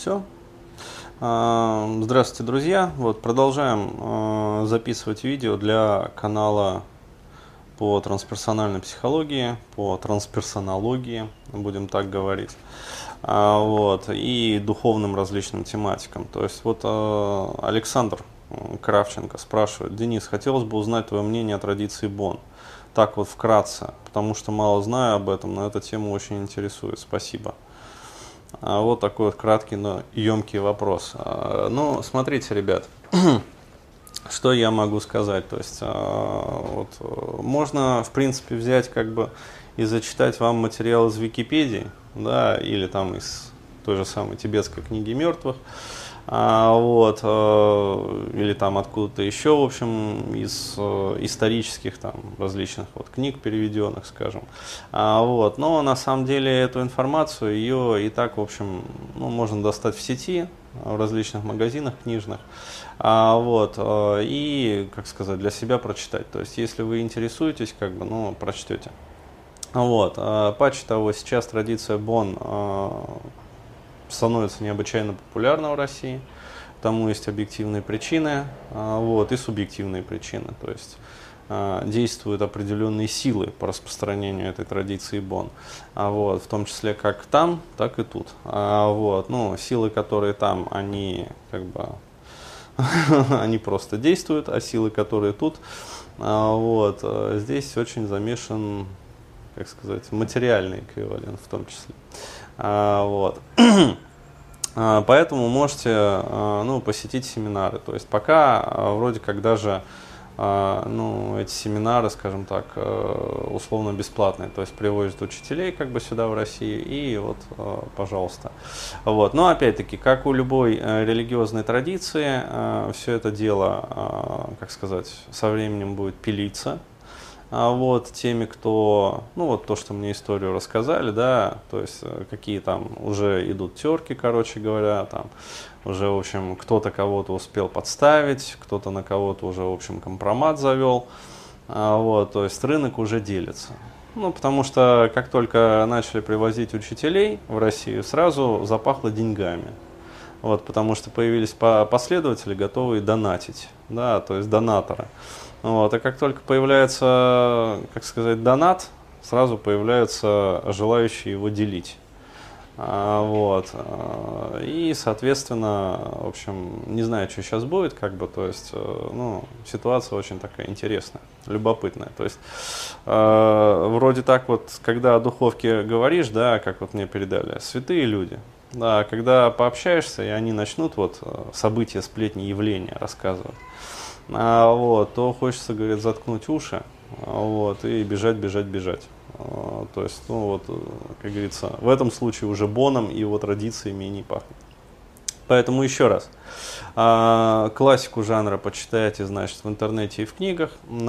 Все. Здравствуйте, друзья. Вот продолжаем записывать видео для канала по трансперсональной психологии, по трансперсонологии, будем так говорить, и духовным различным тематикам. То есть вот Александр Кравченко спрашивает: Денис, хотелось бы узнать твое мнение о традиции Бон. Так вот вкратце, потому что мало знаю об этом, но эта тема очень интересует. Спасибо. Вот такой вот краткий, но емкий вопрос. Ну, смотрите, ребят, что я могу сказать. То есть, можно, в принципе, взять и зачитать вам материал из Википедии, да, или там из той же самой тибетской книги мертвых, или там откуда-то еще, в общем, из исторических там различных книг переведенных, скажем. Но на самом деле эту информацию, ее и так, в общем, можно достать в сети, в различных магазинах книжных, и, как сказать, для себя прочитать. То есть, если вы интересуетесь, прочтете. Паче того, сейчас традиция Бон становится необычайно популярна в России. Тому есть объективные причины, и субъективные причины. То есть действуют определенные силы по распространению этой традиции Бон, в том числе как там, так и тут. Силы, которые там, они они просто действуют, а силы, которые тут, здесь очень замешан, как сказать, материальный эквивалент в том числе. Поэтому можете посетить семинары. То есть пока вроде как даже эти семинары, скажем так, условно бесплатные. То есть привозят учителей сюда в Россию и пожалуйста. Но опять-таки, как у любой религиозной традиции, все это дело, как сказать, со временем будет пилиться. Теми, кто, то, что мне историю рассказали, да, то есть какие там уже идут терки, короче говоря, там уже, в общем, кто-то кого-то успел подставить, кто-то на кого-то уже, в общем, компромат завел, то есть рынок уже делится. Потому что как только начали привозить учителей в Россию, сразу запахло деньгами. Потому что появились последователи, готовые донатить, да, то есть донаторы. А как только появляется, как сказать, донат, сразу появляются желающие его делить. И, соответственно, в общем, не знаю, что сейчас будет, то есть, ситуация очень такая интересная, любопытная. То есть, вроде так когда о духовке говоришь, да, как мне передали, святые люди. Да, когда пообщаешься, и они начнут события, сплетни, явления рассказывать, то хочется, говорит, заткнуть уши, и бежать. То есть, как говорится, в этом случае уже Боном и его традициями и не пахнет. Поэтому еще раз, классику жанра почитайте, значит, в интернете и в книгах.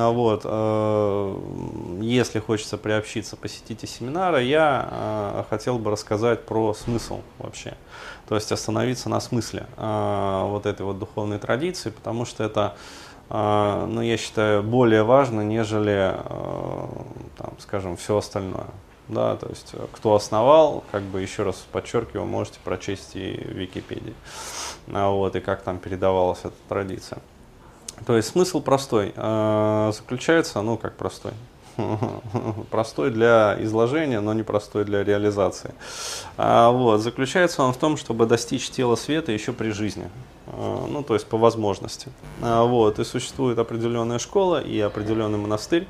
Если хочется приобщиться, посетите семинары. Я хотел бы рассказать про смысл вообще. То есть остановиться на смысле этой духовной традиции, потому что это, я считаю, более важно, нежели, скажем, все остальное. Да, то есть, кто основал, еще раз подчеркиваю, можете прочесть и в Википедии, и как там передавалась эта традиция. То есть, смысл простой, заключается, как простой, простой для изложения, но не простой для реализации. Заключается он в том, чтобы достичь тела света еще при жизни, то есть по возможности. И существует определенная школа и определенный монастырь,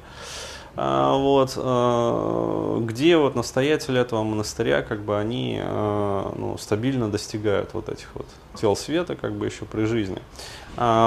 где настоятели этого монастыря, они стабильно достигают этих тел света, еще при жизни.